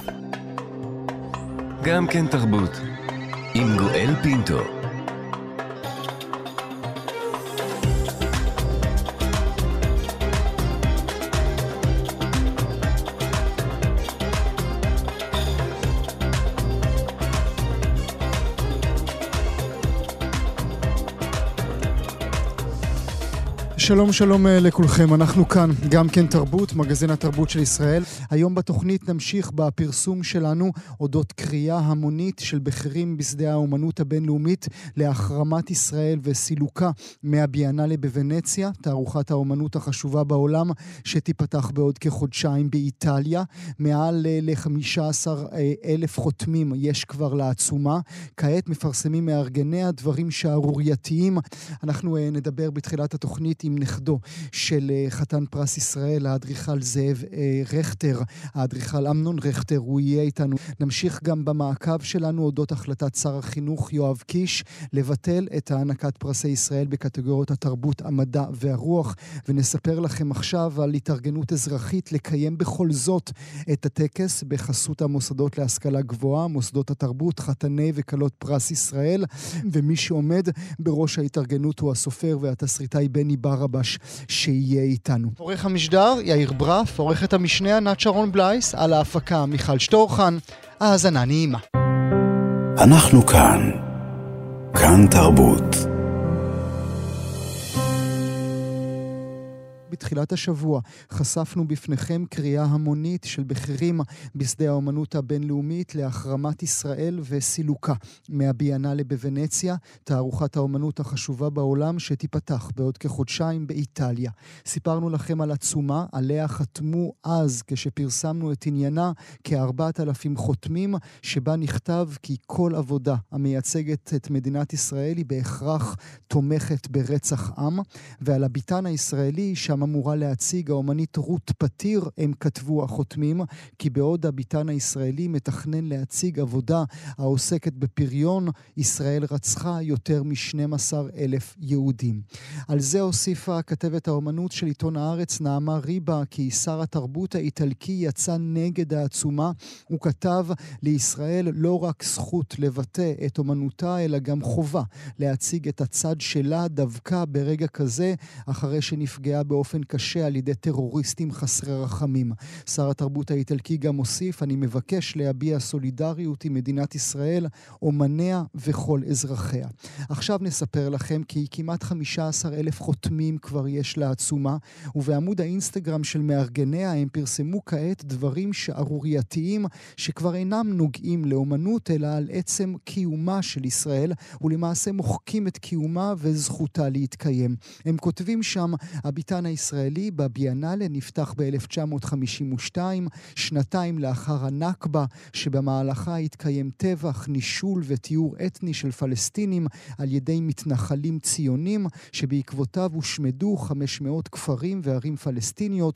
גם כן תרבות, עם גואל פינטו. שלום שלום לכולכם, אנחנו כאן, גם כן תרבות, מגזין התרבות של ישראל. היום בתוכנית נמשיך בפרסום שלנו אודות קריאה המונית של בכירים בשדה האומנות הבינלאומית להחרמת ישראל וסילוקה מהביאנלה בוונציה, תערוכת האומנות החשובה בעולם שתיפתח בעוד כחודשיים באיטליה. מעל ל-15,000 חותמים יש כבר לעצומה. כעת מפרסמים מארגניה דברים שערורייתיים. אנחנו נדבר בתחילת התוכנית עם נכדו של חתן פרס ישראל, האדריכל זאב רכטר, האדריכל אמנון רכטר, הוא יהיה איתנו. נמשיך גם במעקב שלנו אודות החלטת שר החינוך יואב קיש לבטל את הענקת פרסי ישראל בקטגוריות התרבות, המדע והרוח, ונספר לכם עכשיו על התארגנות אזרחית לקיים בכל זאת את הטקס בחסות המוסדות להשכלה גבוהה, מוסדות התרבות, חתני וקלות פרס ישראל, ומי שעומד בראש ההתארגנות הוא הסופר והתסריטאי בני ברבש שיהיה איתנו. עורך המשדר יאיר ברף, עורכת המשנה ענת שרון בלייס, על ההפקה מיכל שטורחן. האזנה נעימה. אנחנו כאן, כאן תרבות. בתחילת השבוע חשפנו בפניכם קריאה המונית של בכירים בשדה האומנות הבינלאומית להחרמת ישראל וסילוקה מהביאנלה בוונציה, תערוכת האומנות החשובה בעולם שתיפתח בעוד כחודשיים באיטליה. סיפרנו לכם על עצומה, עליה חתמו אז כשפרסמנו את עניינה כ4,000 חותמים, שבה נכתב כי כל עבודה המייצגת את מדינת ישראל היא בהכרח תומכת ברצח עם, ועל הביטן הישראלי שם אמורה להציג האומנית רות פתיר, הם כתבו החותמים, כי בעוד הביטן הישראלי מתכנן להציג עבודה העוסקת בפריון, ישראל רצחה יותר מ-12,000 יהודים. על זה הוסיפה כתבת האומנות של עיתון הארץ נעמה ריבה, כי שר התרבות האיטלקי יצא נגד העצומה. הוא כתב, לישראל לא רק זכות לבטא את אומנותה, אלא גם חובה להציג את הצד שלה דווקא ברגע כזה, אחרי שנפגעה באופן קשה על ידי טרוריסטים חסרי רחמים. שר התרבות האיטלקי גם הוסיף, אני מבקש להביע סולידריות עם מדינת ישראל, אומניה וכל אזרחיה. עכשיו נספר לכם כי כמעט 15,000 חותמים כבר יש לעצומה, ובעמוד האינסטגרם של מארגניה הם פרסמו כעת דברים שערורייתיים שכבר אינם נוגעים לאומנות, אלא על עצם קיומה של ישראל, ולמעשה מוחקים את קיומה וזכותה להתקיים. הם כותבים שם, הביטן הישראלי בביאנלה נפתח ב-1952, שנתיים לאחר הנכבה, שבמהלכה התקיים טבח, נישול וטיהור אתני של פלסטינים על ידי מתנחלים ציונים, שבעקבותיו הושמדו 500 כפרים וערים פלסטיניות,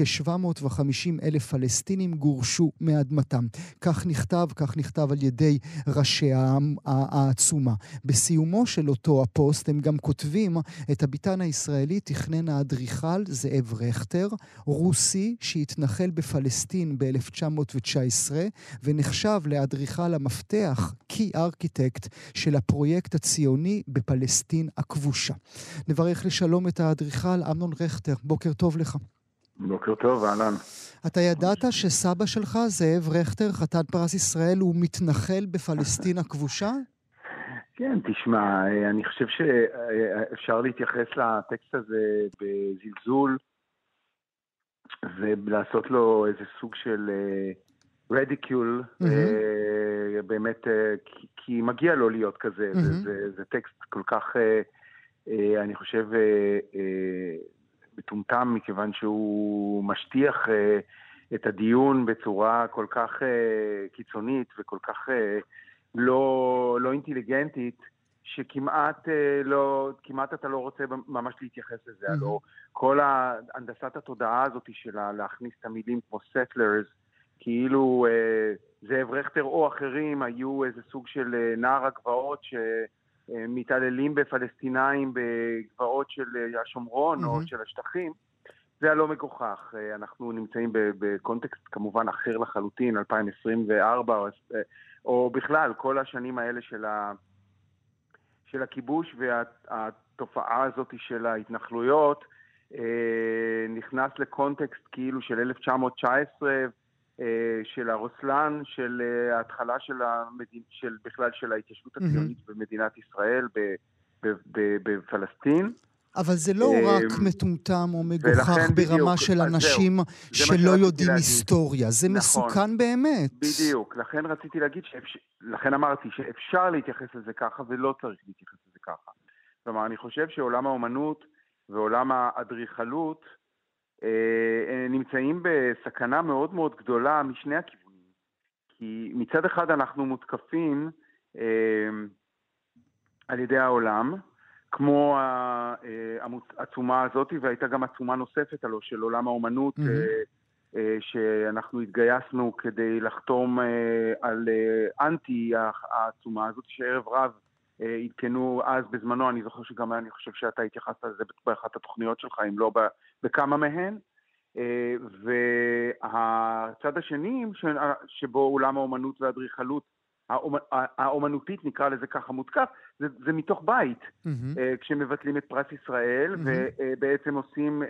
וכ-750,000 פלסטינים גורשו מאדמתם. כך נכתב על ידי ראשי העצומה. בסיומו של אותו הפוסט הם גם כותבים, את הביטן הישראלי תכנן האדריכל זאב רכטר, רוסי שהתנחל בפלסטין ב-1919 ונחשב לאדריכל המפתח כארכיטקט של הפרויקט הציוני בפלסטין הכבושה. נברך לשלום את האדריכל אמנון רכטר. בוקר טוב לך. בוקר טוב, אהלן. אתה ידעת שסבא שלך, זאב רכטר, חתן פרס ישראל, הוא מתנחל בפלסטין הכבושה? כן, תשמע, אני חושב שאפשר להתייחס לטקסט הזה בזלזול, ולעשות לו איזה סוג של רדיקיול, באמת, כי מגיע לו להיות כזה. זה טקסט כל כך, אני חושב, מטומטם, מכיוון שהוא משטיח את הדיון בצורה כל כך קיצונית וכל כך לא אינטליגנטית, שכמעט אתה לא רוצה ממש להתייחס לזה. הלוא כל הנדסת התודעה הזאת שלה להכניס את המילים כמו settlers, כאילו זאב רכטר או אחרים היו איזה סוג של נער הגבעות שמתעללים בפלסטינאים בגבעות של השומרון או של השטחים, זה הלא מגוחך. אנחנו נמצאים בקונטקסט כמובן אחר לחלוטין, 2024, או בכלל, כל השנים האלה של הכיבוש והתופעה הזאת של ההתנחלויות, נכנס לקונטקסט כאילו של 1919, של הרוסלן, של ההתחלה של בכלל של ההתיישבות הציונית במדינת ישראל, בפלסטין. אבל זה לא רק מטומטם או מגוחך ברמה של אנשים שלא יודעים היסטוריה, זה מסוכן באמת. בדיוק, לכן רציתי להגיד, לכן אמרתי שאפשר להתייחס לזה ככה ולא צריך להתייחס לזה ככה. כלומר, אני חושב שעולם האומנות ועולם האדריכלות נמצאים בסכנה מאוד מאוד גדולה משני הכיוונים. כי מצד אחד אנחנו מותקפים על ידי העולם, כמו העצומה הזאת, והייתה גם עצומה נוספת עלו של עולם האומנות, שאנחנו התגייסנו כדי לחתום על אנטי העצומה הזאת, שערב רב התקנו אז בזמנו, אני זוכר שגם אני חושב שאתה התייחסת לזה באחת התוכניות שלך, אם לא בכמה מהן, והצד השני שבו עולם האומנות והאדריכלות האומנותית, נקרא לזה ככה, מותקף, זה מתוך בית. כשמבטלים את פרס ישראל, ובעצם עושים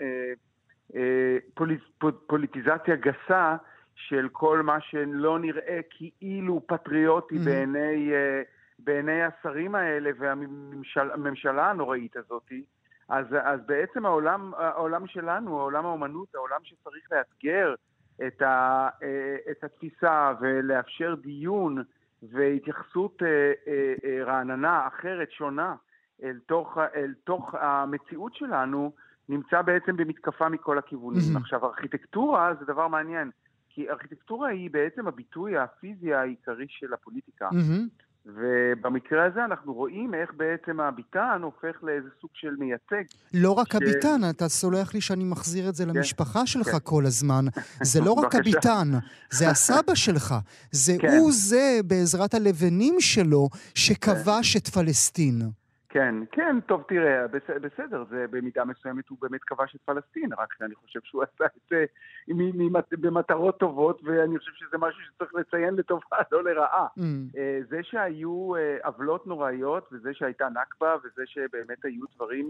פוליטיזציה גסה של כל מה שלא נראה כאילו פטריוטי בעיני השרים האלה, והממשלה הנוראית הזאת. אז בעצם העולם שלנו, העולם האומנות, העולם שצריך לאתגר את התפיסה ולאפשר דיון, והתייחסות רעננה, אחרת, שונה, אל תוך המציאות שלנו, נמצא בעצם במתקפה מכל הכיוונים. עכשיו, ארכיטקטורה זה דבר מעניין, כי ארכיטקטורה היא בעצם הביטוי הפיזי העיקרי של הפוליטיקה. ובמקרה הזה אנחנו רואים איך בעצם הביטן הופך לאיזה סוג של מייצג. לא רק הביטן, אתה סולח לי שאני מחזיר את זה למשפחה שלך כל הזמן. זה לא רק הביטן, זה הסבא שלך. זה הוא זה בעזרת הלבנים שלו שכבש את פלסטין. כן, כן, טוב תראה, בסדר, זה במידה מסוימת הוא באמת כבש את פלסטין, רק אני חושב שהוא עשה את זה במטרות טובות, ואני חושב שזה משהו שצריך לציין לטובה, לא לרעה. זה שהיו עוולות נוראיות, וזה שהייתה נכבה, וזה שבאמת היו דברים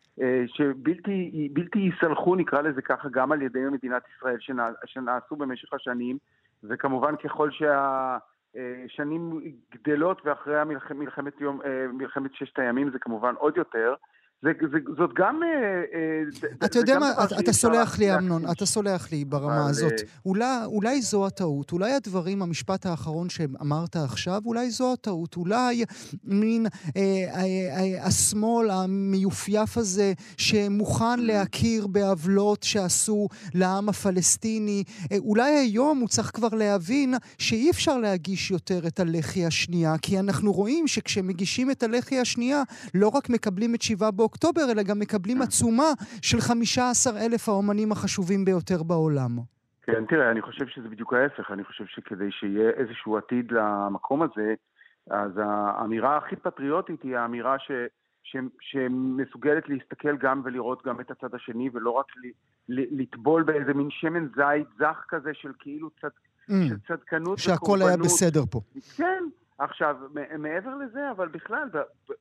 שבלתי יסלחו, נקרא לזה ככה, גם על ידי מדינת ישראל שנעשו במשך השנים, וכמובן ככל שנים גדלות, ואחרי מלחמת ששת הימים זה כמובן עוד יותר. זאת גם... אתה יודע מה, אתה סולח לי, אמנון, אתה סולח לי ברמה הזאת. אולי זו הטעות, אולי הדברים, המשפט האחרון שאמרת עכשיו, אולי זו הטעות, אולי מין השמאל המיופייף הזה, שמוכן להכיר בעוולות שעשו לעם הפלסטיני, אולי היום הוא צריך כבר להבין שאי אפשר להגיש יותר את הלחי השנייה, כי אנחנו רואים שכשמגישים את הלחי השנייה, לא רק מקבלים את 7 באוקטובר, אלא גם מקבלים עצומה של 15,000 האומנים החשובים ביותר בעולם. כן, תראה, אני חושב שזה בדיוק ההפך. אני חושב שכדי שיהיה איזשהו עתיד למקום הזה, אז האמירה הכי פטריוטית היא האמירה שמסוגלת להסתכל גם ולראות גם את הצד השני, ולא רק לטבול באיזה מין שמן זית זך כזה של כאילו של צדקנות שהכל היה בסדר פה. כן, עכשיו, מעבר לזה, אבל בכלל,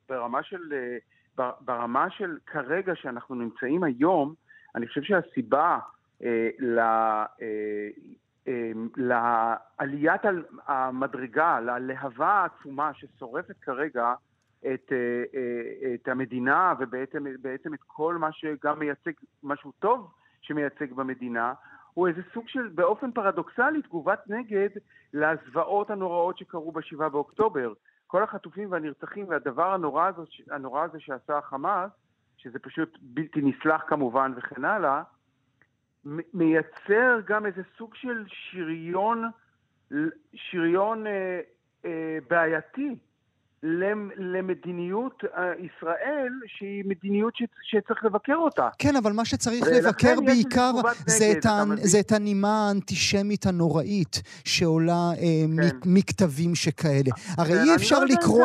ברמה של כרגע שאנחנו נמצאים היום, אני חושב שהסיבה לעליית המדרגה, ללהבה העצומה ששורפת כרגע את המדינה, ובעצם את כל מה שגם מייצג, משהו טוב שמייצג במדינה, הוא איזה סוג של, באופן פרדוקסלי, תגובת נגד לזוועות הנוראות שקרו ב7 באוקטובר. כל החטופים והנרצחים, והדבר הנורא הזה שעשה החמאס, שזה פשוט בלתי נסלח כמובן וכן הלאה, מייצר גם איזה סוג של שריון בעייתי למדיניות ישראל, שהיא מדיניות שצריך לבקר אותה. כן, אבל מה שצריך לבקר בעיקר זה את הנימה האנטישמית הנוראית שעולה מכתבים שכאלה. הרי אי אפשר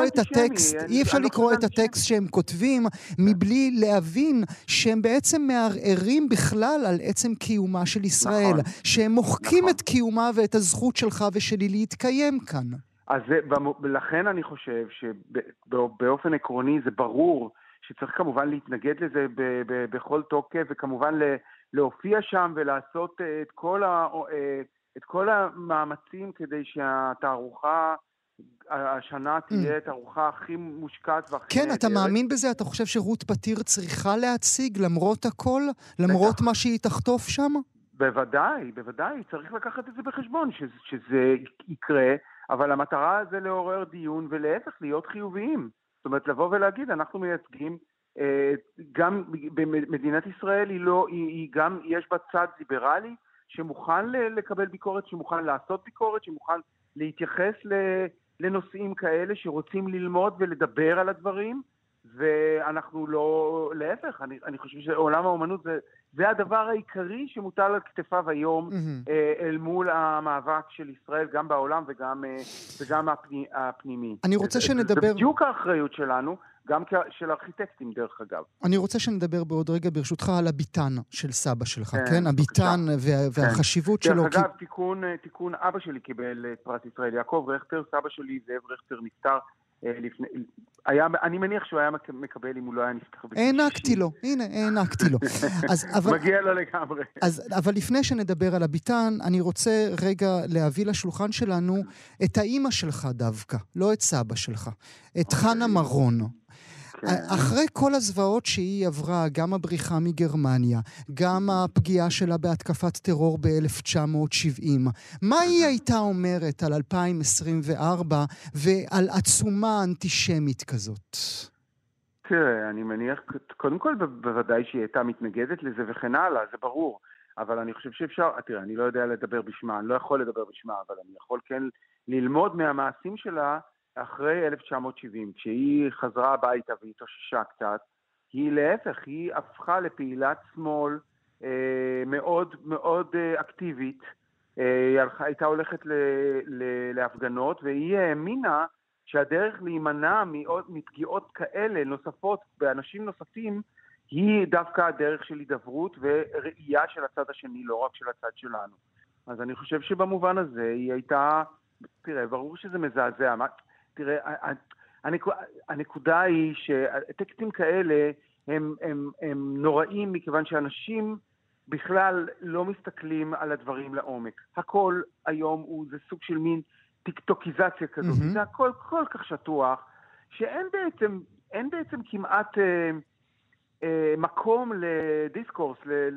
לקרוא את הטקסט שהם כותבים מבלי להבין שהם בעצם מערערים בכלל על עצם קיומה של ישראל, שהם מוחקים את קיומה ואת הזכות שלך ושלי להתקיים כאן. אז לכן אני חושב שבאופן עקרוני זה ברור שצריך כמובן להתנגד לזה בכל תוקף, וכמובן להופיע שם ולעשות את כל המאמצים כדי שהתערוכה השנה תהיה תערוכה הכי מושקעת והכי כן, אתה מאמין בזה? אתה חושב שרות פתיר צריכה להציג למרות הכל? למרות מה שהיא תחטוף שם? בוודאי, צריך לקחת את זה בחשבון, שזה יקרה, אבל המטרה זה לעורר דיון ולהפך להיות חיוביים. זאת אומרת, לבוא ולהגיד, אנחנו מייצגים, גם במדינת ישראל היא גם, יש בה צד ליברלי, שמוכן לקבל ביקורת, שמוכן לעשות ביקורת, שמוכן להתייחס לנושאים כאלה שרוצים ללמוד ולדבר על הדברים, ואנחנו לא, להפך, אני חושב שעולם האומנות זה הדבר העיקרי שמוטל על כתפיו היום אל מול המאבק של ישראל, גם בעולם וגם הפנימי. אני רוצה שנדבר... זה בדיוק האחריות שלנו, גם של ארכיטקטים דרך אגב. אני רוצה שנדבר בעוד רגע ברשותך על הביטן של סבא שלך, כן? הביטן והחשיבות שלו. דרך אגב, תיקון אבא שלי קיבל פרס ישראל, יעקב רכטר, סבא שלי זאב רכטר נפטר לפני... אני מניח שהוא היה מקבל אם הוא לא היה נפתח. הענקתי לו, הנה, הענקתי לו. מגיע לו לגמרי. אבל לפני שנדבר על הביטן, אני רוצה רגע להביא לשולחן שלנו את האמא שלך דווקא, לא את סבא שלך, את חנה מרון. אחרי כל הזוועות שהיא עברה, גם הבריחה מגרמניה, גם הפגיעה שלה בהתקפת טרור ב-1970, מה היא הייתה אומרת על 2024 ועל עצומה אנטישמית כזאת? תראה, אני מניח, קודם כל בוודאי שהיא הייתה מתנגדת לזה וכן הלאה, זה ברור. אבל אני חושב שאפשר, תראה, אני לא יודע לדבר בשמה, אני לא יכול לדבר בשמה, אבל אני יכול כן ללמוד מהמעשים שלה, אחרי 1970, כשהיא חזרה הביתה והתאוששה קצת, היא להפך, היא הפכה לפעילת שמאל מאוד מאוד אקטיבית, היא הייתה הולכת להפגנות, והיא האמינה שהדרך להימנע מפגיעות כאלה נוספות באנשים נוספים, היא דווקא הדרך של הידברות וראייה של הצד השני, לא רק של הצד שלנו. אז אני חושב שבמובן הזה היא הייתה, תראה, ברור שזה מזעזע, תראה, הנקודה היא שטקסטים כאלה הם נוראים מכיוון שאנשים בכלל לא מסתכלים על הדברים לעומק. הכל היום זה סוג של מין טיקטוקיזציה כזאת. זה הכל כל כך שטוח, שאין בעצם כמעט מקום לדיסקורס,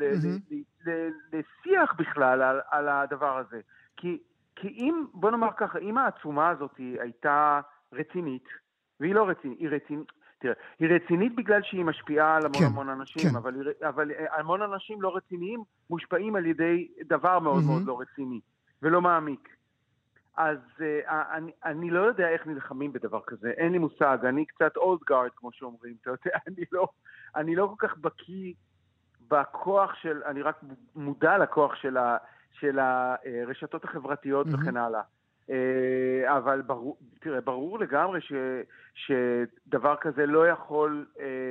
לשיח בכלל על הדבר הזה. כי אם, בוא נאמר ככה, אם העצומה הזאת הייתה רצינית, והיא לא רצינית, היא רצינית בגלל שהיא משפיעה על המון אנשים, אבל המון אנשים לא רציניים מושפעים על ידי דבר מאוד מאוד לא רציני, ולא מעמיק. אז אני לא יודע איך נלחמים בדבר כזה, אין לי מושג, אני קצת אולד גארד כמו שאומרים, אתה יודע, אני לא כל כך בקיא בכוח של, אני רק מודע לכוח של הרשתות החברתיות וכן הלאה. אבל ברור לגמרי שדבר כזה לא יכול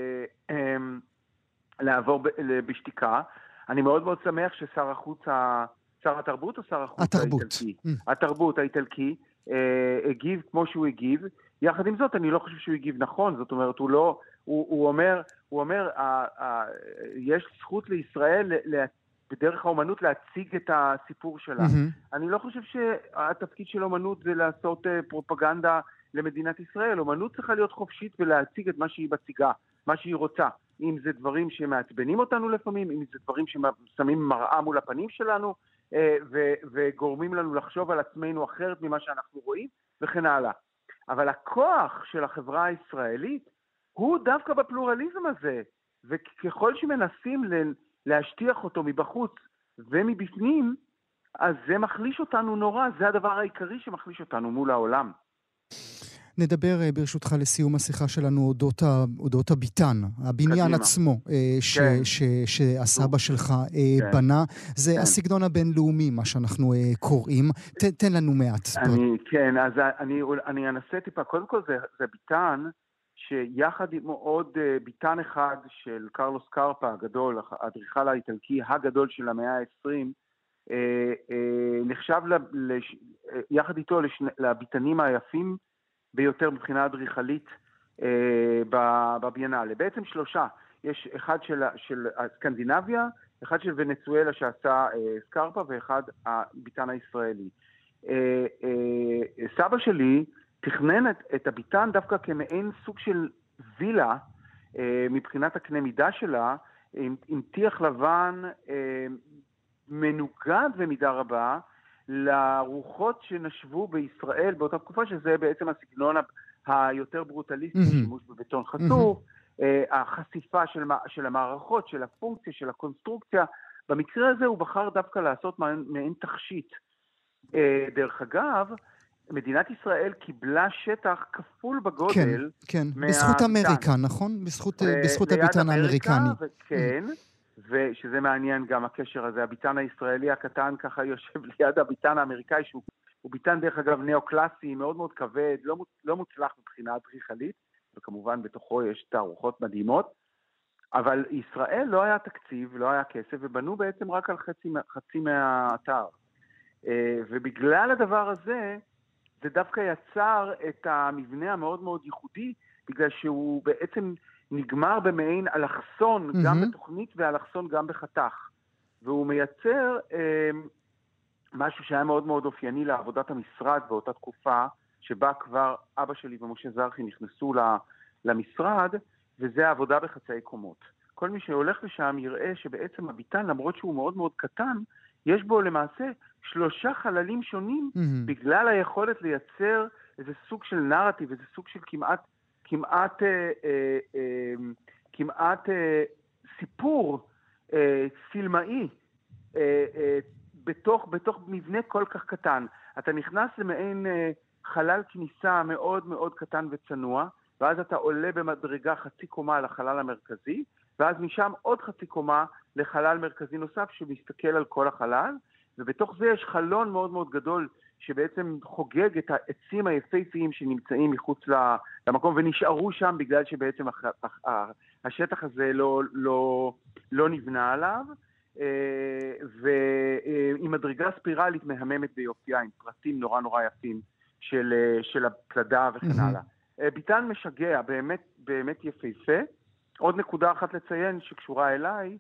לעבור בשתיקה. אני מאוד מאוד שמח ששר החוץ, שר התרבות או שר החוץ האיטלקי? התרבות האיטלקי הגיב כמו שהוא הגיב. יחד עם זאת, אני לא חושב שהוא הגיב נכון. זאת אומרת, הוא אומר, יש זכות לישראל בדרך האומנות להציג את הסיפור שלה. אני לא חושב שהתפקיד של אומנות זה לעשות פרופגנדה למדינת ישראל. אומנות צריכה להיות חופשית ולהציג את מה שהיא מציגה, מה שהיא רוצה. אם זה דברים שמעצבנים אותנו לפעמים, אם זה דברים ששמים מראה מול הפנים שלנו, וגורמים לנו לחשוב על עצמנו אחרת ממה שאנחנו רואים, וכן הלאה. אבל הכוח של החברה הישראלית הוא דווקא בפלורליזם הזה, וככל שמנסים להשטיח אותו מבחוץ ומבפנים, אז זה מחליש אותנו נורא, זה הדבר העיקרי שמחליש אותנו מול העולם. נדבר ברשותך לסיום השיחה שלנו אודות הביתן, הבניין קדימה. עצמו שהסבא שלך בנה. זה הסגנון הבינלאומי, מה שאנחנו קוראים. תן לנו מעט. כן, אז אני אנסה טיפה. קודם כל זה ביתן שיחד עם עוד ביתן אחד של קרלוס קרפה הגדול, האדריכל האיטלקי הגדול של המאה ה-20, נחשב יחד איתו לביתנים היפים ביותר מבחינה אדריכלית בביאנלה. בעצם שלושה. יש אחד של סקנדינביה, אחד של ונצואלה שעשה סקרפה, ואחד הביתן הישראלי. סבא שלי תכנן את הביתן דווקא כמעין סוג של וילה, מבחינת הקנה מידה שלה, עם טיח לבן מנוגד במידה רבה לרוחות שנשבו בישראל באותה תקופה, שזה בעצם הסגנון היותר ברוטליסטי, שימוש בבטון חשוף, החשיפה של המערכות, של הפונקציה, של הקונסטרוקציה. במקרה הזה הוא בחר דווקא לעשות מעין תכשיט. דרך אגב, מדינת ישראל קיבלה שטח כפול בגודל. כן, בזכות אמריקה, נכון? בזכות הביתן האמריקני. כן, ושזה מעניין גם הקשר הזה. הביתן הישראלי הקטן ככה יושב ליד הביתן האמריקאי, שהוא ביתן דרך אגב נאו-קלאסי, מאוד מאוד כבד, לא מוצלח מבחינה אדריכלית, וכמובן בתוכו יש תערוכות מדהימות, אבל ישראל לא היה תקציב, לא היה כסף, ובנו בעצם רק על חצי מהאתר. ובגלל הדבר הזה, זה דווקא יצר את המבנה המאוד מאוד ייחודי, בגלל שהוא בעצם נגמר במעין אלכסון, גם בתוכנית ואלכסון גם בחתך. והוא מייצר משהו שהיה מאוד מאוד אופייני לעבודת המשרד באותה תקופה, שבה כבר אבא שלי ומשה זרחי נכנסו למשרד, וזה העבודה בחצאי קומות. כל מי שהולך לשם יראה שבעצם הביתן, למרות שהוא מאוד מאוד קטן, יש בו למעשה 3 חללים שונים, בגלל היכולת לייצר איזה סוג של נרטיב, איזה סוג של כמעט סיפור סילמאי, בתוך מבנה כל כך קטן. אתה נכנס למעין חלל כניסה מאוד מאוד קטן וצנוע, ואז אתה עולה במדרגה חצי קומה לחלל המרכזי, ואז משם עוד חצי קומה לחלל מרכזי נוסף שמסתכל על כל החלל, ובתוך זה יש חלון מאוד מאוד גדול שבעצם חוגג את העצים היפהפיים שנמצאים מחוץ למקום ונשארו שם בגלל שבעצם השטח הזה לא נבנה עליו, ועם מדרגה ספירלית מהממת ביופייה, עם פרטים נורא נורא יפים של הפלדה וכן הלאה. ביתן משגע, באמת יפהפה. עוד נקודה אחת לציין שקשורה אליי,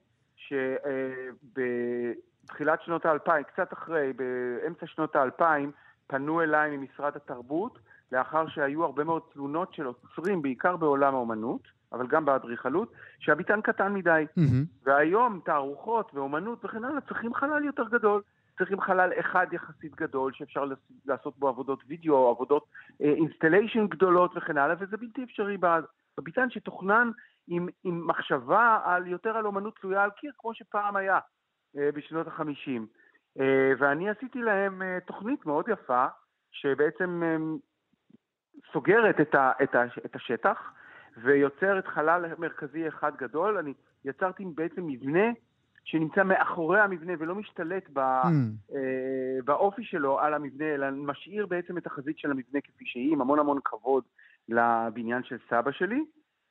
שבתחילת שנות ה-2000, קצת אחרי, באמצע שנות ה-2000, פנו אליי ממשרד התרבות, לאחר שהיו הרבה מאוד תלונות של אוצרים, בעיקר בעולם האומנות, אבל גם באדריכלות, שהביתן קטן מדי. והיום תערוכות ואומנות וכן הלאה צריכים חלל יותר גדול. צריכים חלל אחד יחסית גדול, שאפשר לעשות בו עבודות וידאו, עבודות אינסטליישן גדולות וכן הלאה, וזה בלתי אפשרי בביתן שתוכנן עם מחשבה יותר על אומנות תלויה על קיר, כמו שפעם היה בשנות ה-50. ואני עשיתי להם תוכנית מאוד יפה, שבעצם סוגרת את השטח, ויוצרת חלל מרכזי אחד גדול. אני יצרתי בעצם מבנה, שנמצא מאחורי המבנה ולא משתלט באופי שלו על המבנה, אלא משאיר בעצם את החזית של המבנה כפי שהיא, עם המון המון כבוד לבניין של סבא שלי.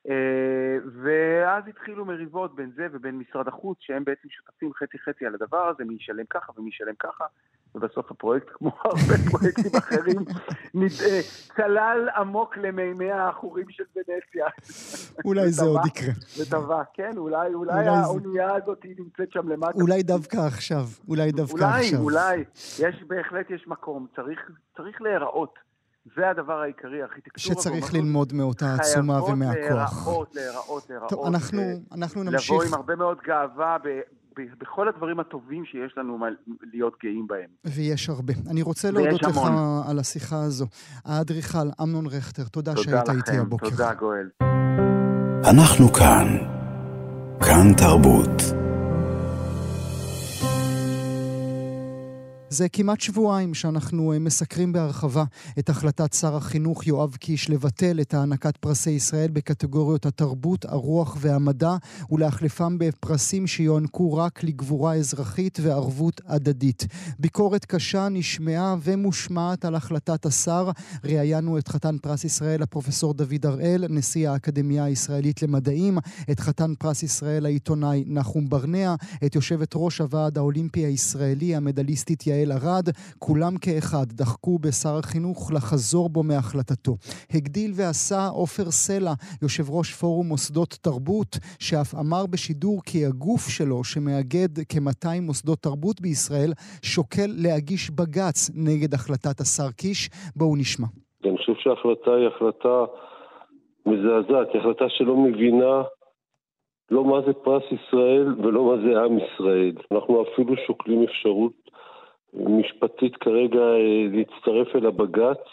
ואז התחילו מריבות בין זה ובין משרד החוץ, שהם בעצם שותפים חצי על הדבר הזה, מי ישלם ככה ומי ישלם ככה, ובסוף הפרויקט, כמו הרבה פרויקטים אחרים, צלל עמוק למימי האחורים של ונציה. אולי זה עוד יקרה. וטבע, כן, אולי האונייה הזאת נמצאת שם למטה. אולי דווקא עכשיו, אולי, בהחלט יש מקום, צריך להיראות. זה הדבר העיקרי, הארכיטקטורה. שצריך ללמוד מאותה עצומה ומהכוח. להיראות. טוב, אנחנו נמשיך. לבוא עם הרבה מאוד גאווה בכל הדברים הטובים שיש לנו להיות גאים בהם. ויש הרבה. אני רוצה להודות לך על השיחה הזו. האדריכל אמנון רכטר, תודה שהיית איתי הבוקר. תודה גואל. אנחנו כאן תרבות. זה כמעט שבועיים שאנחנו מסקרים בהרחבה את החלטת שר החינוך יואב קיש לבטל את הענקת פרסי ישראל בקטגוריות התרבות, הרוח והמדע, ולהחליפם בפרסים שיוענקו רק לגבורה אזרחית וערבות הדדית. ביקורת קשה נשמעה ומושמעת על החלטת השר. ראיינו את חתן פרס ישראל הפרופסור דוד הראל, נשיא האקדמיה הישראלית למדעים, את חתן פרס ישראל העיתונאי נחום ברנע, את יושבת ראש הוועד האולימפי הישראלי המדליסטית יעל ארד. כולם כאחד דחקו בשר החינוך לחזור בו מהחלטתו. הגדיל ועשה עופר סלע, יושב ראש פורום מוסדות תרבות, שאף אמר בשידור כי הגוף שלו שמאגד כ-200 מוסדות תרבות בישראל שוקל להגיש בגץ נגד החלטת השר קיש. בואו נשמע. אני חושב שההחלטה היא החלטה מזעזעת, היא החלטה שלא מבינה לא מה זה פרס ישראל ולא מה זה עם ישראל. אנחנו אפילו שוקלים אפשרות משפטית כרגע להצטרף אל הבגץ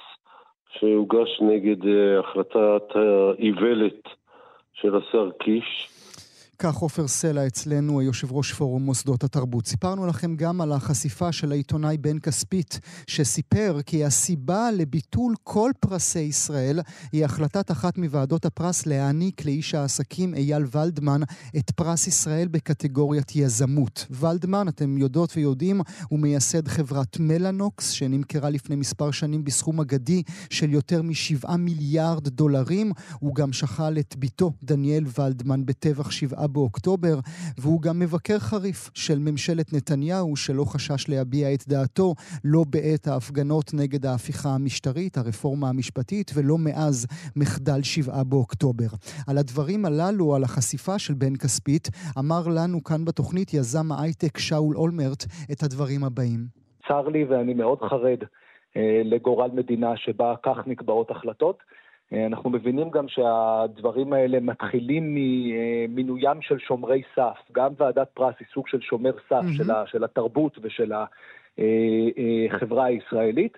שהוגש נגד החלטת האיוולת של השר קיש. כך עופר סלע אצלנו, יושב ראש פורום מוסדות התרבות. סיפרנו לכם גם על החשיפה של העיתונאי בן כספית, שסיפר כי הסיבה לביטול כל פרסי ישראל היא החלטת אחת מוועדות הפרס להעניק לאיש העסקים אייל ולדמן את פרס ישראל בקטגוריית יזמות. ולדמן, אתם יודעות ויודעים, הוא מייסד חברת מלנוקס, שנמכרה לפני מספר שנים בסכום אגדי של יותר $7 מיליארד. הוא גם שכל את ביתו דניאל ולדמן בטבח 7 באוקטובר, והוא גם מבקר חריף של ממשלת נתניהו, שלא חשש להביע את דעתו, לא בעת ההפגנות נגד ההפיכה המשטרית, הרפורמה המשפטית, ולא מאז מחדל 7 באוקטובר. על הדברים הללו, על החשיפה של בן כספית, אמר לנו כאן בתוכנית יזם ההייטק שאול אולמרט את הדברים הבאים. צר לי ואני מאוד חרד לגורל מדינה שבה כך נקבעות החלטות. אנחנו מבינים גם שהדברים האלה מתחילים ממינוים של שומרי סף. גם ועדת פרס היא סוג של שומר סף של התרבות ושל החברה הישראלית.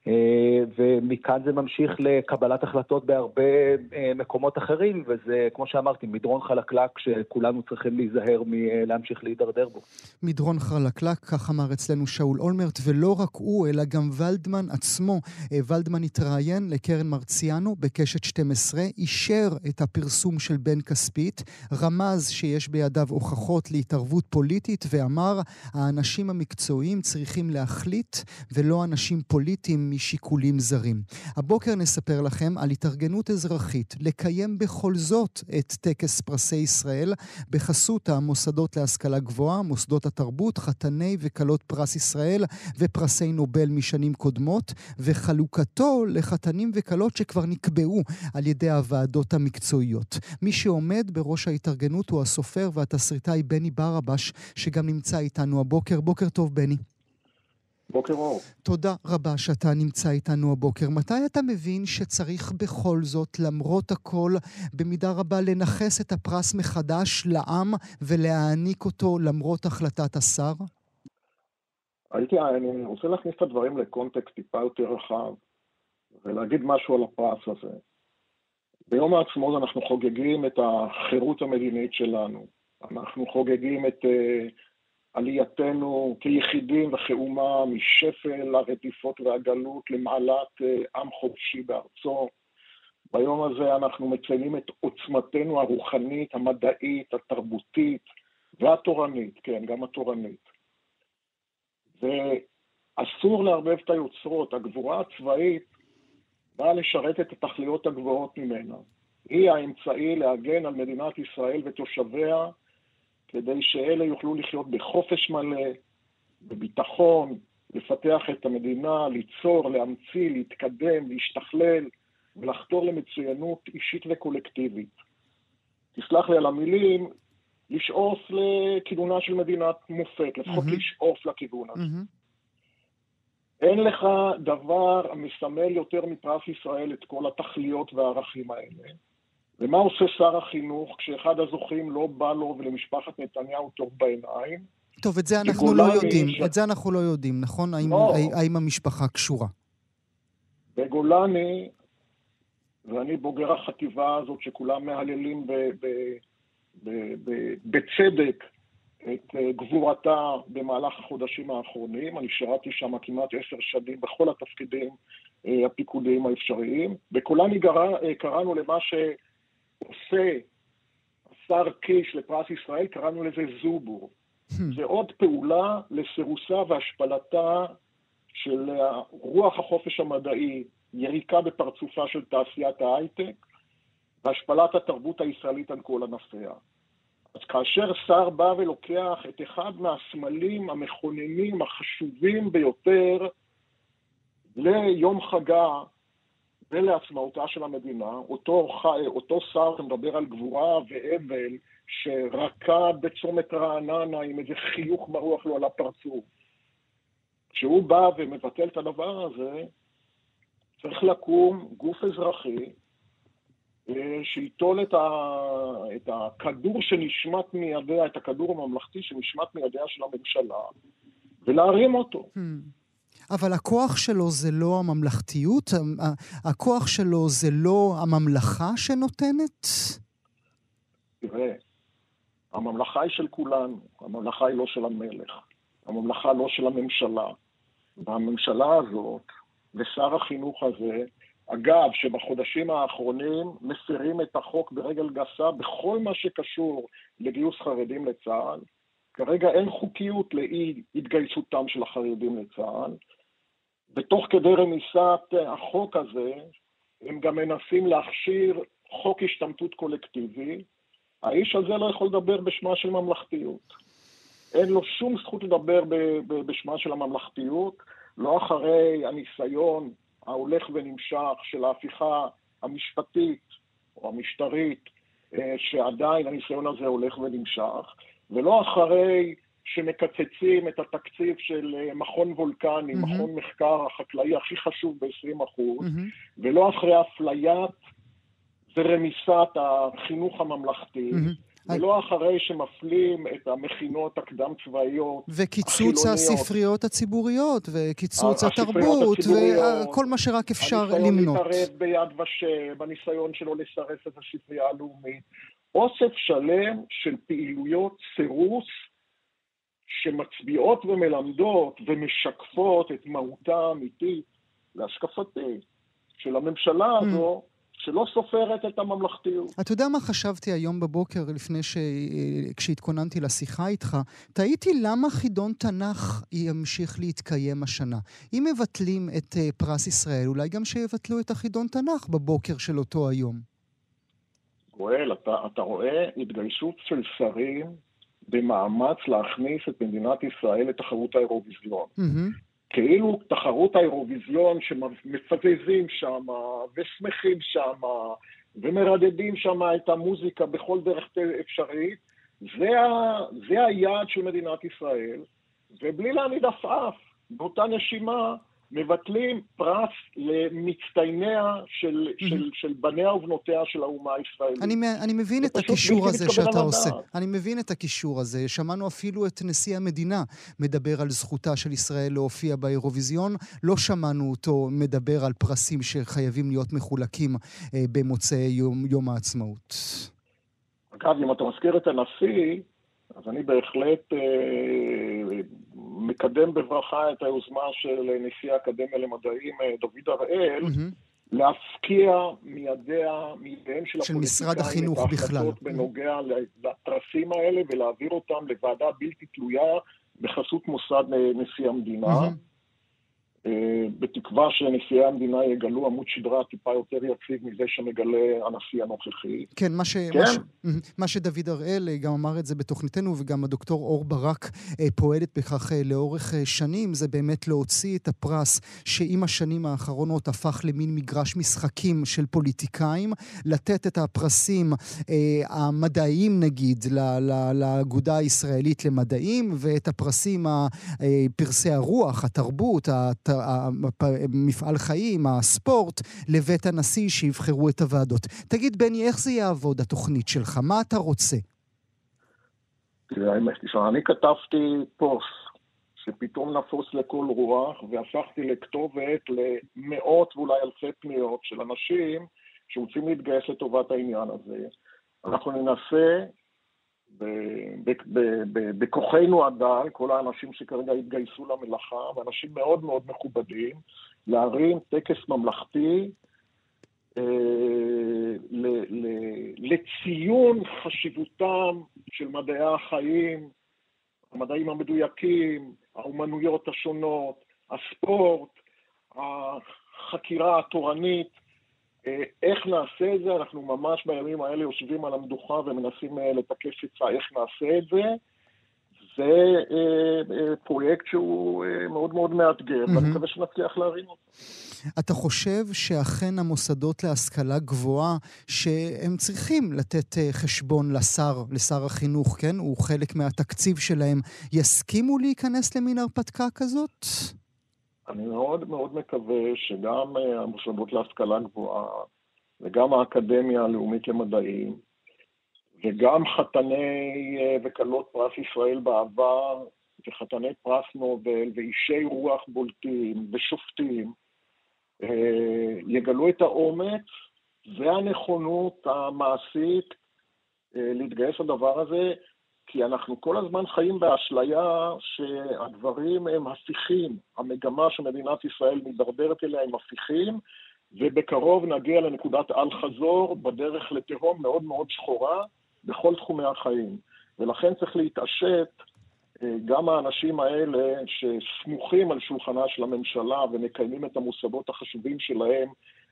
ומכאן זה ממשיך לקבלת החלטות בהרבה מקומות אחרים, וזה, כמו שאמרתי, מדרון חלקלק שכולנו צריכים להיזהר מלהמשיך להידרדר בו. מדרון חלקלק, כך אמר אצלנו שאול אולמרט, ולא רק הוא, אלא גם ולדמן עצמו. ולדמן התראיין לקרן מרציאנו בקשת 12, אישר את הפרסום של בן כספית, רמז שיש בידיו הוכחות להתערבות פוליטית, ואמר, האנשים המקצועיים צריכים להחליט, ולא אנשים פוליטיים משיקולים זרים. הבוקר נספר לכם על התארגנות אזרחית לקיים בכל זאת את טקס פרסי ישראל בחסות המוסדות להשכלה גבוהה, מוסדות התרבות, חתני וקלות פרס ישראל ופרסי נובל משנים קודמות, וחלוקתו לחתנים וקלות שכבר נקבעו על ידי הוועדות המקצועיות. מי שעומד בראש ההתארגנות הוא הסופר והתסריטאי בני ברבש, שגם נמצא איתנו הבוקר. בוקר טוב בני. בוקר אור. תודה רבה שאתה נמצא איתנו הבוקר. מתי אתה מבין שצריך בכל זאת, למרות הכל, במידה רבה לנחס את הפרס מחדש לעם ולהעניק אותו למרות החלטת השר? אני רוצה להכניס את הדברים לקונטקסט טיפה יותר רחב ולהגיד משהו על הפרס הזה. ביום העצמאות אנחנו חוגגים את החירות המדינית שלנו. אנחנו חוגגים את עלייתנו כיחידים וכאומה משפל הרדיפות והגלות למעלת עם חופשי בארצו. ביום הזה אנחנו מציינים את עוצמתנו הרוחנית, המדעית, התרבותית והתורנית, כן, גם התורנית. ואסור לערבב את היוצרות. הגבורה הצבאית באה לשרת את התכליות הגבוהות ממנה. היא האמצעי להגן על מדינת ישראל ותושביה, כדי שאלה יוכלו לחיות בחופש מלא, בביטחון, לפתח את המדינה, ליצור, להמציא, להתקדם, להשתכלל, ולחתור למצוינות אישית וקולקטיבית. תסלח לי על המילים, לשאוף לכיוונה של מדינת מופת, לפחות לשאוף לכיוון הזה. אין לך דבר המסמל יותר מפרס ישראל את כל התכליות והערכים האלה. ומה עושה שר החינוך כשאחד הזוכים לא בא לו ולמשפחת נתניהו טוב בעיניים? טוב, את זה אנחנו לא יודעים. את זה אנחנו לא יודעים, נכון? האם המשפחה קשורה? בגולני, ואני בוגר החטיבה הזאת שכולם מהללים בצדק את גבורתה במהלך החודשים האחרונים. אני שירתי שם כמעט 10 שנים בכל התפקידים הפיקודיים האפשריים. בכולנו קראנו למה שעושה השר קיש לפרס ישראל, קראנו לזה זובור. זה עוד פעולה לסירוסה והשפלתה של רוח החופש המדעי, יריקה בפרצופה של תעשיית ההייטק, והשפלת התרבות הישראלית על כל ענפיה. אז כאשר שר בא ולוקח את אחד מהסמלים המכוננים החשובים ביותר ליום חגה ולעצמאותה של המדינה, אותו שר שמדבר על גבורה ואבל שרקע בצומת רעננה עם איזה חיוך ברוח לו על הפרצוף, כשהוא בא ומבטל את הדבר הזה, צריך לקום גוף אזרחי שיטול את הכדור שנשמט מידיה, את הכדור הממלכתי שנשמט מידיה של הממשלה, ולהרים אותו. אבל הכוח שלו זה לא הממלכתיות? הכוח שלו זה לא הממלכה שנותנת? תראה, הממלכה היא של כולנו, הממלכה היא לא של המלך, הממלכה לא של הממשלה, והממשלה הזאת, ושר החינוך הזה, אגב, שבחודשים האחרונים מפרים את החוק ברגל גסה בכל מה שקשור לגיוס חרדים לצה"ל. כרגע אין חוקיות לאי התגייסותם של החרדים לצה"ל. ותוך כדי רמיסת החוק הזה, הם גם מנסים להכשיר חוק השתמטות קולקטיבי. האיש הזה לא יכול לדבר בשמה של ממלכתיות. אין לו שום זכות לדבר בשמה של הממלכתיות, לא אחרי הניסיון ההולך ונמשך של ההפיכה המשפטית או המשטרית, שעדיין הניסיון הזה הולך ונמשך, ולא אחרי שמקצצים את התקציב של מכון וולקני, מכון מחקר החקלאי הכי חשוב ב-20%, ולא אחרי אפליית ורמיסת החינוך הממלכתי, ולא אחרי שמפלים את המכינות הקדם צבאיות וקיצוץ הספריות הציבוריות, וקיצוץ התרבות, וכל מה שרק אפשר למנות. הניסיון להתערב ביד ושם, בניסיון שלו לסרס את הספרייה הלאומית. אוסף שלם של פעילויות סירוס, שמצביעות ומלמדות ומשקפות את מהותה האמיתית, להשקפתי, של הממשלה הזו, שלא סופרת את הממלכתיות. אתה יודע מה חשבתי היום בבוקר, כשהתכוננתי לשיחה איתך? תהיתי למה חידון תנ"ך ימשיך להתקיים השנה. אם מבטלים את פרס ישראל, אולי גם שיבטלו את החידון תנ"ך בבוקר של אותו היום. גואל, אתה רואה התגייסות של שרים במאמץ להכניס את מדינת ישראל לתחרות האירוויזיון. כאילו תחרות האירוויזיון שמפזזים שם ושמחים שם ומרדדים שם את המוזיקה בכל דרך אפשרית, זה היעד של מדינת ישראל, ובלי להניד עפעף, באותה נשימה מבטלים פרס למצטייניה של בניה ובנותיה של האומה הישראלית. אני מבין את הקישור הזה שאתה עושה. אני מבין את הקישור הזה. שמענו אפילו את נשיא המדינה מדבר על זכותה של ישראל להופיע באירוויזיון. לא שמענו אותו מדבר על פרסים שחייבים להיות מחולקים במוצאי יום העצמאות. אגב, אם אתה מזכיר את הנשיא, אז אני בהחלט מקדם בברכה את היוזמה של נשיא האקדמיה למדעים דוד הראל, להפקיע מידיהם של משרד החינוך בכלל. בנוגע לפרסים האלה ולהעביר אותם לוועדה בלתי תלויה בחסות מוסד נשיא המדינה. בתקווה שנשיאי המדינה יגלו עמוד שדרה טיפה יותר יציב מזה שמגלה הנשיא הנוכחי. כן, מה שדוד הראל גם אמר את זה בתוכניתנו, וגם הדוקטור אור ברק פועלת בכך לאורך שנים, זה באמת להוציא את הפרס שעם השנים האחרונות הפך למין מגרש משחקים של פוליטיקאים, לתת את הפרסים המדעיים נגיד לאגודה הישראלית למדעים, ואת הפרסים פרסי הרוח, התרבות, מפעל חיים, הספורט, לבית הנשיא שיבחרו את הוועדות. תגיד בני, איך זה יעבוד התוכנית שלך? מה אתה רוצה? אני כתבתי פוסט שפתאום נפוס לכל רוח, והפכתי לכתובת למאות ואולי אלפי פניות של אנשים שרוצים להתגייס לטובת העניין הזה. אנחנו ננסה בכוחנו הדל, כל האנשים שכרגע התגייסו למלאכה, ואנשים מאוד מאוד מכובדים, להרים טקס ממלכתי לציון חשיבותם של מדעי החיים, המדעים המדויקים, האומנויות השונות, הספורט, החקירה התורנית. איך נעשה את זה? אנחנו ממש בימים האלה יושבים על המדוכה ומנסים לתקף עצה איך נעשה את זה. זה פרויקט שהוא מאוד מאוד מאתגר, ואני מקווה שנצליח להרים אותו. אתה חושב שאכן המוסדות להשכלה גבוהה, שהם צריכים לתת חשבון לשר החינוך, כן? הוא חלק מהתקציב שלהם, יסכימו להיכנס למין הרפתקה כזאת? אני מאוד מאוד מקווה שגם המוסדות להשכלה גבוהה, וגם האקדמיה הלאומית למדעים, וגם חתני וקלות פרס ישראל בעבר, וחתני פרס נובל, ואישי רוח בולטים, ושופטים, יגלו את האומץ והנכונות המעשית להתגייס לדבר הזה, כי אנחנו כל הזמן חיים באשליה שהדברים הם הפיכים, המגמה שמדינת ישראל מדרדרת אליה הם הפיכים, ובקרוב נגיע לנקודת אל חזור בדרך לתהום מאוד מאוד שחורה בכל תחומי החיים. ולכן צריך להתעשת גם האנשים האלה שסמוכים על שולחנה של הממשלה ומקיימים את המוסדות החשובים שלהם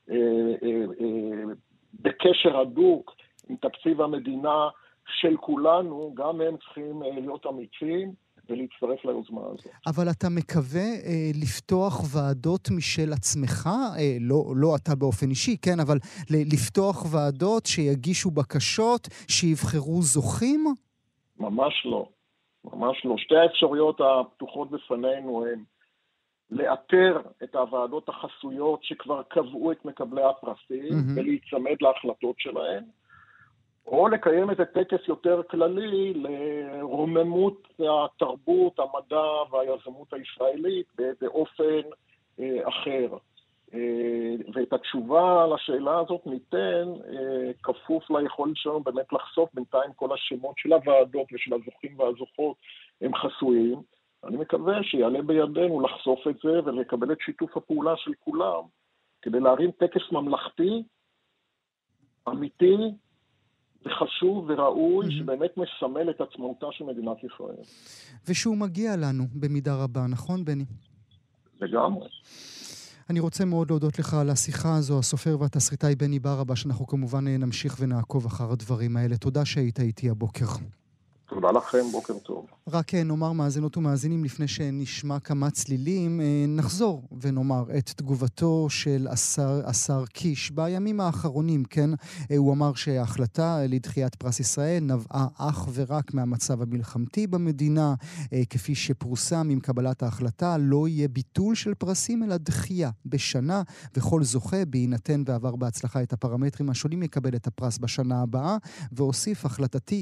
בקשר הדוק עם תקציב המדינה של כולנו, גם הם צריכים להיות אמיצים ולהצטרף ליוזמה הזאת. אבל אתה מקווה לפתוח ועדות משל עצמך, לא אתה באופן אישי, כן, אבל לפתוח ועדות שיגישו בקשות, שיבחרו זוכים? ממש לא. ממש לא. שתי האפשרויות הפתוחות בפנינו הן לאתר את הוועדות החסויות שכבר קבעו את מקבלי הפרסים ולהיצמד להחלטות שלהם, או לקיים את הטקס יותר כללי לרוממות התרבות, המדע והיזמות הישראלית באופן אחר. ואת התשובה לשאלה הזאת ניתן כפוף ליכולת שלנו באמת לחשוף. בינתיים כל השמות של הוועדות ושל הזוכים והזוכות הם חסויים. אני מקווה שיעלה בידינו לחשוף את זה ולקבל את שיתוף הפעולה של כולם כדי להרים טקס ממלכתי, אמיתי, וחשוב וראוי שבאמת מסמל את עצמאותה של מדינת ישראל. ושהוא מגיע לנו במידה רבה, נכון בני? לגמרי. אני רוצה מאוד להודות לך על השיחה הזו, הסופר והתסריטאי בני ברבש, שאנחנו כמובן נמשיך ונעקוב אחר הדברים האלה. תודה שהיית איתי הבוקר. תודה לכם, בוקר טוב. רק נאמר מאזינות ומאזינים לפני שנשמע כמה צלילים, נחזור ונאמר את תגובתו של השר קיש בימים האחרונים, כן? הוא אמר שההחלטה לדחיית פרס ישראל נבעה אך ורק מהמצב המלחמתי במדינה, כפי שפורסם עם קבלת ההחלטה, לא יהיה ביטול של פרסים אלא דחייה בשנה, וכל זוכה בהינתן ועבר בהצלחה את הפרמטרים השונים יקבל את הפרס בשנה הבאה, והוסיף החלטתי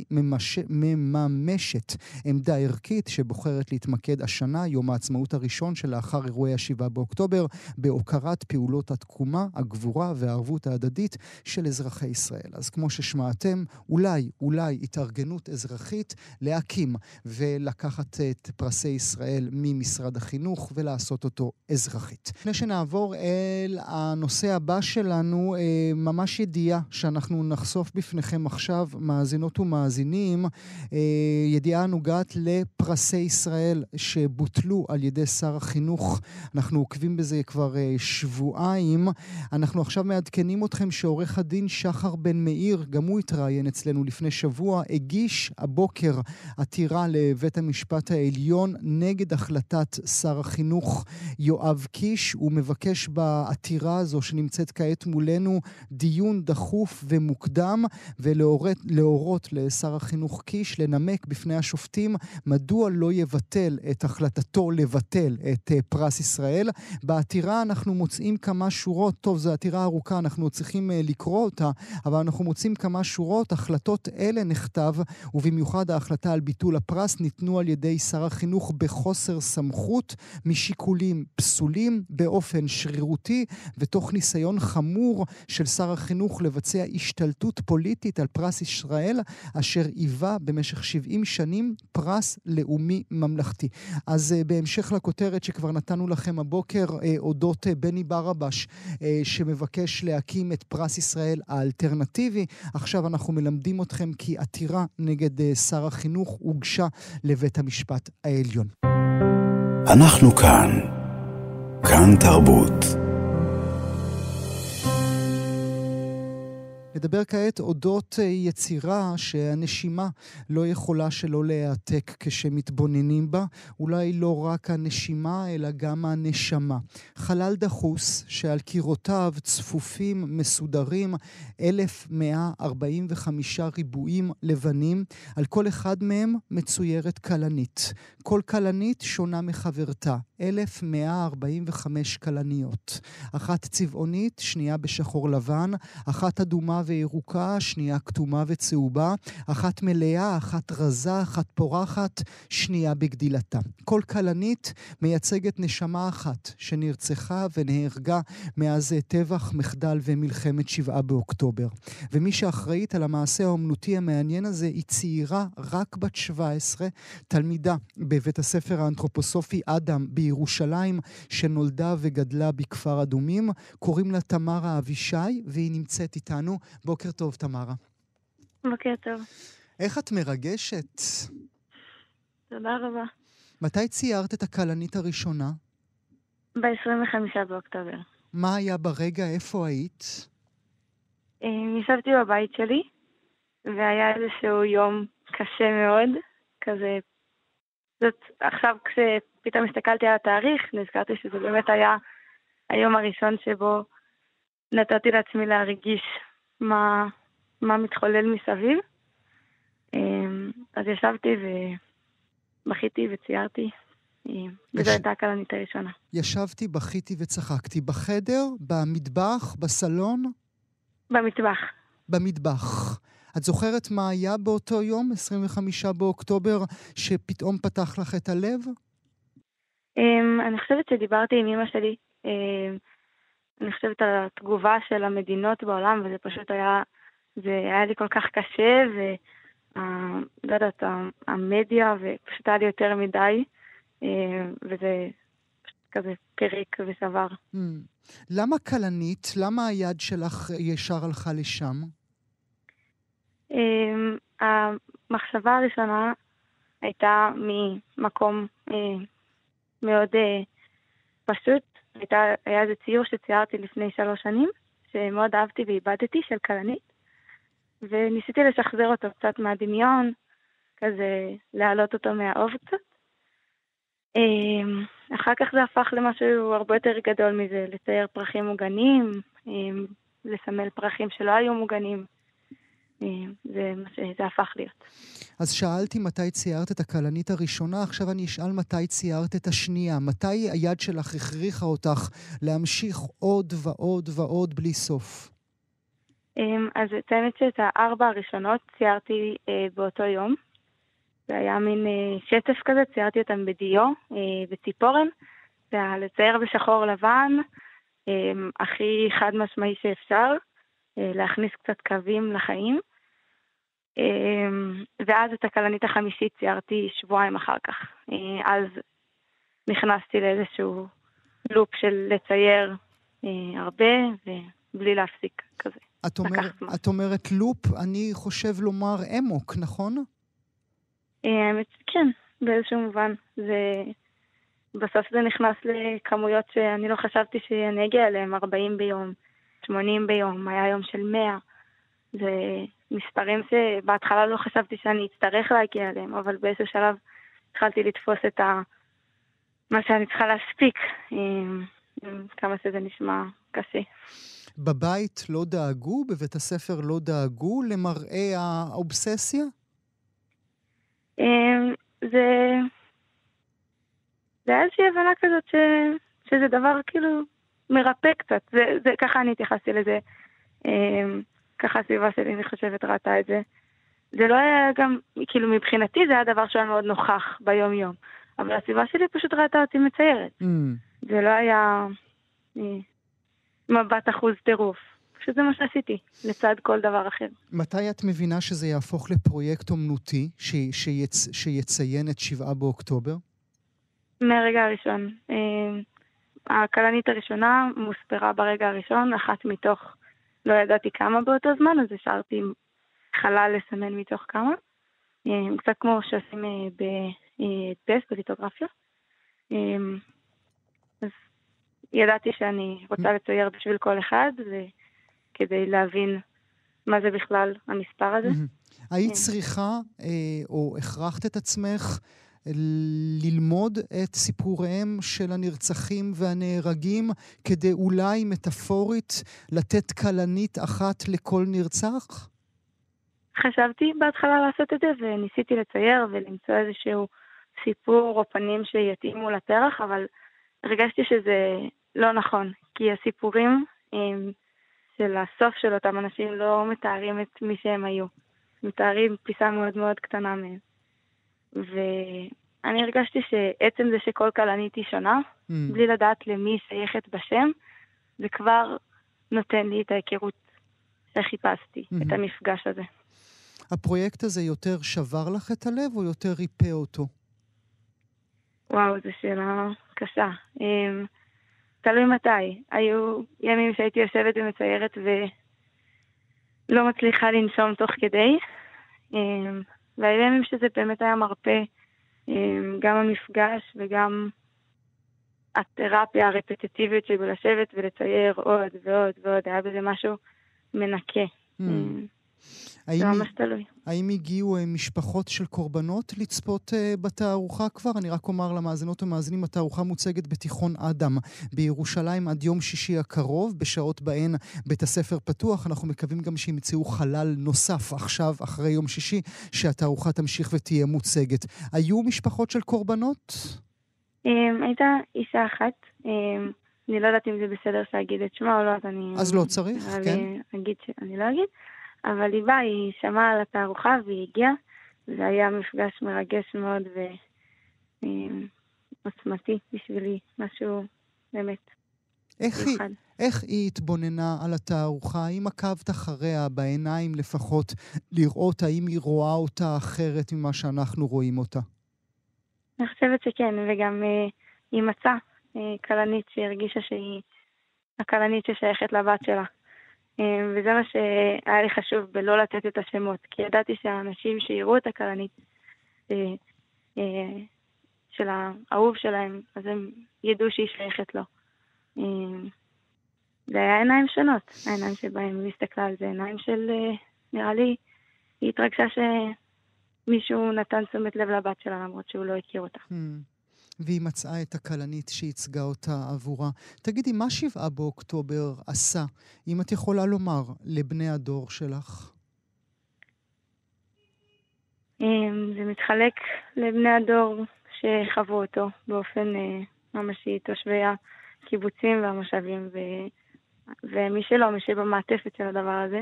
מממשת עמדה ערכית שבוחרת להתמקד השנה, יום העצמאות הראשון שלאחר אירועי ה7 באוקטובר, בהוקרת פעולות התקומה, הגבורה והערבות ההדדית של אזרחי ישראל. אז כמו ששמעתם, אולי התארגנות אזרחית להקים ולקחת את פרסי ישראל ממשרד החינוך ולעשות אותו אזרחית. לפני שנעבור אל הנושא הבא שלנו, ממש ידיעה שאנחנו נחשוף בפניכם עכשיו, מאזינות ומאזינים, ידיעה נוגעת לפרסי ישראל שבוטלו על ידי שר החינוך. אנחנו עוקבים בזה כבר שבועיים. אנחנו עכשיו מעדכנים אתכם שעורך הדין שחר בן מאיר, גם הוא התראיין אצלנו לפני שבוע, הגיש הבוקר עתירה לבית המשפט העליון נגד החלטת שר החינוך יואב קיש. הוא מבקש בעתירה הזו שנמצאת כעת מולנו דיון דחוף ומוקדם, ולהורות לשר החינוך קיש לנמק בפני השופטים מדוע לא יבטל את החלטתו לבטל את פרס ישראל. בעתירה אנחנו מוצאים כמה שורות, טוב, זו עתירה ארוכה, אנחנו צריכים לקרוא אותה, אבל אנחנו מוצאים כמה שורות. החלטות אלה נכתב, ובמיוחד ההחלטה על ביטול הפרס, ניתנו על ידי שר החינוך בחוסר סמכות, משיקולים פסולים, באופן שרירותי, ותוך ניסיון חמור של שר החינוך לבצע השתלטות פוליטית על פרס ישראל, אשר היווה במשך 70 שנים פרס לאומי ממלכתי. אז בהמשך לכותרת שכבר נתנו לכם הבוקר, אודות בני ברבש, שמבקש להקים את פרס ישראל האלטרנטיבי, עכשיו אנחנו מלמדים אתכם כי עתירה נגד שר החינוך הוגשה לבית המשפט העליון. אנחנו כאן תרבות. נדבר כעת אודות יצירה שהנשימה לא יכולה שלא להעתק כשמתבוננים בה, אולי לא רק הנשימה אלא גם הנשמה. חלל דחוס שעל קירותיו צפופים מסודרים 1145 ריבועים לבנים, על כל אחד מהם מצוירת כלנית. כל כלנית שונה מחברתה, 1145 כלניות. אחת צבעונית, שנייה בשחור לבן, אחת אדומה וירוקה, שנייה כתומה וצהובה, אחת מלאה, אחת רזה, אחת פורחת, שנייה בגדילתה. כל כלנית מייצגת נשמה אחת שנרצחה ונהרגה מאז טבח, מחדל ומלחמת 7 באוקטובר. ומי שאחראית על המעשה האומנותי המעניין הזה היא צעירה רק בת 17, תלמידה בבית הספר האנתרופוסופי אדם בירושלים, שנולדה וגדלה בכפר אדומים. קוראים לה תמרה אבישי והיא נמצאת איתנו. בוקר טוב, תמרה. בוקר טוב. איך את מרגשת? תודה רבה. מתי ציירת את הכלנית הראשונה? ב-25 באוקטובר. מה היה ברגע? איפה היית? ישבתי בבית שלי, והיה איזשהו יום קשה מאוד, כזה. עכשיו כשפתאום הסתכלתי על התאריך, נזכרתי שזה באמת היה היום הראשון שבו נתתי לעצמי להרגיש מה מתחולל מסביב. אז ישבתי ובכיתי וציירתי, וזו הייתה הכלנית הראשונה. ישבתי, בכיתי וצחקתי. בחדר? במטבח? בסלון? במטבח. במטבח. את זוכרת מה היה באותו יום, 25 באוקטובר, שפתאום פתח לך את הלב? אני חושבת שדיברתי עם אמא שלי, אני חושבת על התגובה של המדינות בעולם, וזה פשוט היה לי כל כך קשה, ולא יודעת, המדיה, ופשוט היה לי יותר מדי, וזה פשוט כזה פריק ושבר. למה כלנית? למה היד שלך ישר הלכה לשם? המחשבה הראשונה הייתה ממקום מאוד פשוט. היה איזה ציור שציירתי לפני 3 שנים, שמאוד אהבתי ואיבדתי, של כלנית, וניסיתי לשחזר אותו קצת מהדמיון, כזה להעלות אותו מהאוב קצת. אחר כך זה הפך למשהו הרבה יותר גדול מזה, לצייר פרחים מוגנים, לסמל פרחים שלא היו מוגנים. זה מה שזה הפך להיות. אז שאלתי מתי ציירת את הכלנית הראשונה, עכשיו אני אשאל מתי ציירת את השנייה. מתי היד שלך הכריחה אותך להמשיך עוד ועוד ועוד בלי סוף? אז האמת שאת 4 הראשונות ציירתי באותו יום. זה היה מין שטף כזה, ציירתי אותם בדיו, בציפורן, לצייר בשחור לבן, הכי חד משמעי שאפשר, להכניס קצת קווים לחיים. ואז את הכלנית החמישית ציירתי שבועיים אחר כך. אז נכנסתי לאיזשהו לופ של לצייר הרבה ובלי להפסיק כזה. את אומרת לופ, אני חושב לומר אמוק, נכון? כן, באיזשהו מובן. בסוף זה נכנס לכמויות שאני לא חשבתי שאני אגיע אליהם, 40 ביום, 80 ביום, היה יום של 100. זה מספרים שבהתחלה לא חשבתי שאני אצטרך להגיע אליהם, אבל באיזשהו שלב התחלתי לתפוס את מה שאני צריכה להספיק, כמה שזה נשמע קשה. בבית לא דאגו? בבית הספר לא דאגו למראה האובססיה? זה היה איזושהי הבנה כזאת שזה דבר כאילו מרפא קצת. ככה אני התייחסתי לזה. ככה הסביבה שלי, אני חושבת, ראתה את זה. זה לא היה גם, כאילו מבחינתי זה היה דבר שהיה מאוד נוכח ביום יום. אבל הסביבה שלי פשוט ראתה אותי מציירת. זה לא היה מבט אחוז טירוף. פשוט זה מה שעשיתי, לצד כל דבר אחר. מתי את מבינה שזה יהפוך לפרויקט אומנותי שיציין את 7 באוקטובר? מהרגע הראשון. הכלנית הראשונה מוספרה ברגע הראשון, אחת מתוך, לא ידעתי כמה באותו זמן, אז השארתי חלל לסמן מתוך כמה. קצת כמו שעושים בטסט, בליטוגרפיה. אז ידעתי שאני רוצה לצייר בשביל כל אחד, כדי להבין מה זה בכלל המספר הזה. היית צריכה, או הכרחת את עצמך, ללמוד את סיפוריהם של הנרצחים והנהרגים, כדי אולי מטאפורית לתת כלנית אחת לכל נרצח? חשבתי בהתחלה לעשות את זה, וניסיתי לצייר ולמצוא איזשהו סיפור או פנים שיתאימו לפרח, אבל הרגשתי שזה לא נכון, כי הסיפורים של הסוף של אותם אנשים לא מתארים את מי שהם היו. מתארים פיסה מאוד מאוד קטנה מהם. ואני הרגשתי שעצם זה שכל כלנית היא שונה, בלי לדעת למי שייכת בשם, זה כבר נותן לי את ההיכרות שחיפשתי, את המפגש הזה. הפרויקט הזה יותר שבר לך את הלב או יותר ריפא אותו? וואו, זו שאלה קשה. תלוי מתי. היו ימים שהייתי יושבת ומציירת ולא מצליחה לנשום תוך כדי. והיו ימים שזה באמת היה מרפא, גם המפגש וגם התרפיה הרפטטיבית של לשבת ולצייר עוד ועוד ועוד. היה בזה משהו מנקה. זה ממש תלוי. האם הגיעו משפחות של קורבנות לצפות בתערוכה כבר? אני רק אומר למאזינות ומאזינים, התערוכה מוצגת בתיכון אדם בירושלים עד יום שישי הקרוב, בשעות בהן בית הספר פתוח. אנחנו מקווים גם שימצאו חלל נוסף עכשיו, אחרי יום שישי, שהתערוכה תמשיך ותהיה מוצגת. היו משפחות של קורבנות? הייתה אישה אחת. אני לא יודעת אם זה בסדר שאגיד את שמה או לא, אז לא צריך, כן? אני לא אגיד. אבל היא באה, היא שמעה על התערוכה והיא הגיעה. זה היה מפגש מרגש מאוד ועוצמתי בשבילי, משהו באמת מיוחד. איך היא התבוננה על התערוכה? האם עקבת אחריה בעיניים לפחות לראות האם היא רואה אותה אחרת ממה שאנחנו רואים אותה? אני חושבת שכן, וגם היא מצאה כלנית שהרגישה שהיא הכלנית ששייכת לבת שלה. וזה מה שהיה לי חשוב בלא לתת את השמות, כי ידעתי שהאנשים שיראו את הכלנית של האהוב שלהם, אז הם ידעו שהיא שייכת לו. זה היה עיניים שונות, העיניים שבהם היא הסתכלה על זה, עיניים של, נראה לי, היא התרגשה שמישהו נתן תשומת לב לבת שלה, למרות שהוא לא הכיר אותה. והיא מצאה את הכלנית שהצגה אותה עבורה. תגידי, מה 7 באוקטובר עשה, אם את יכולה לומר, לבני הדור שלך? זה מתחלק לבני הדור שחוו אותו באופן ממשי, תושבי הקיבוצים והמושבים, ומי שלא, מי שבמעטפת של הדבר הזה.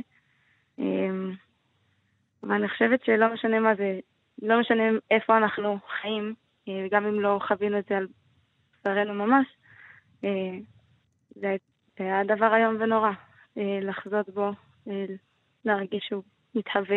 ואני חושבת שלא משנה מה זה, לא משנה איפה אנחנו חיים, וגם אם לא חווינו את זה על בשרנו ממש, זה היה דבר היום ונורא, לחזות בו, להרגיש שהוא מתהווה.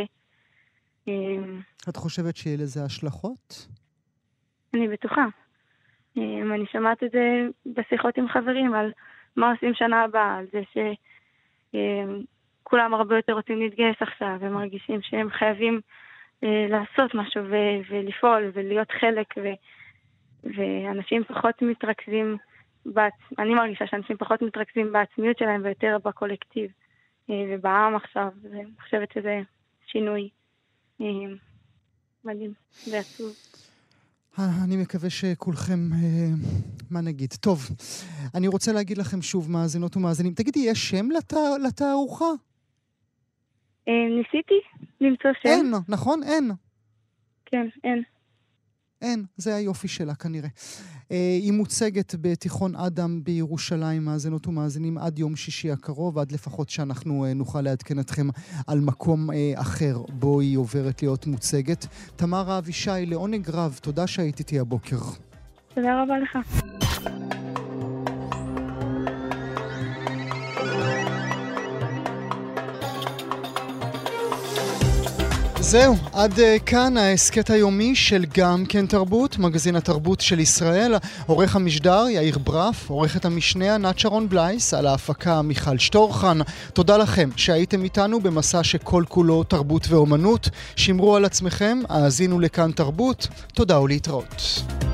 את חושבת שיהיה לזה השלכות? אני בטוחה. אני שמעת את זה בשיחות עם חברים, על מה עושים שנה הבאה, על זה שכולם הרבה יותר רוצים להתגייס עכשיו, הם מרגישים שהם חייבים לעשות משהו ולפעול ולהיות חלק, ואנשים פחות מתרכזים, אני מרגישה שאנשים פחות מתרכזים בעצמיות שלהם ויותר בקולקטיב ובעם עכשיו, ואני חושבת שזה שינוי מדהים ועצוב. אני מקווה שכולכם, מה נגיד? טוב, אני רוצה להגיד לכם שוב, מאזינות ומאזינים, תגידי, יש שם לתערוכה? ניסיתי למצוא שם. אין, נכון? אין. כן, אין. אין, זה היופי שלה כנראה. היא מוצגת בתיכון אדם בירושלים, מאזינות ומאזינים, עד יום שישי הקרוב, עד לפחות שאנחנו נוכל לעדכן אתכם על מקום אחר בו היא עוברת להיות מוצגת. תמרה אבישי, לעונג רב, תודה שהיית איתי הבוקר. תודה רבה לך. זהו, עד כאן ההסקט היומי של גם כן תרבות, מגזין התרבות של ישראל. עורך המשדר יאיר ברף, עורכת המשנה ענת שרון בלייס, על ההפקה מיכל שטורחן. תודה לכם שהייתם איתנו במסע שכל כולו תרבות ואומנות. שמרו על עצמכם, האזינו לכאן תרבות. תודה ולהתראות.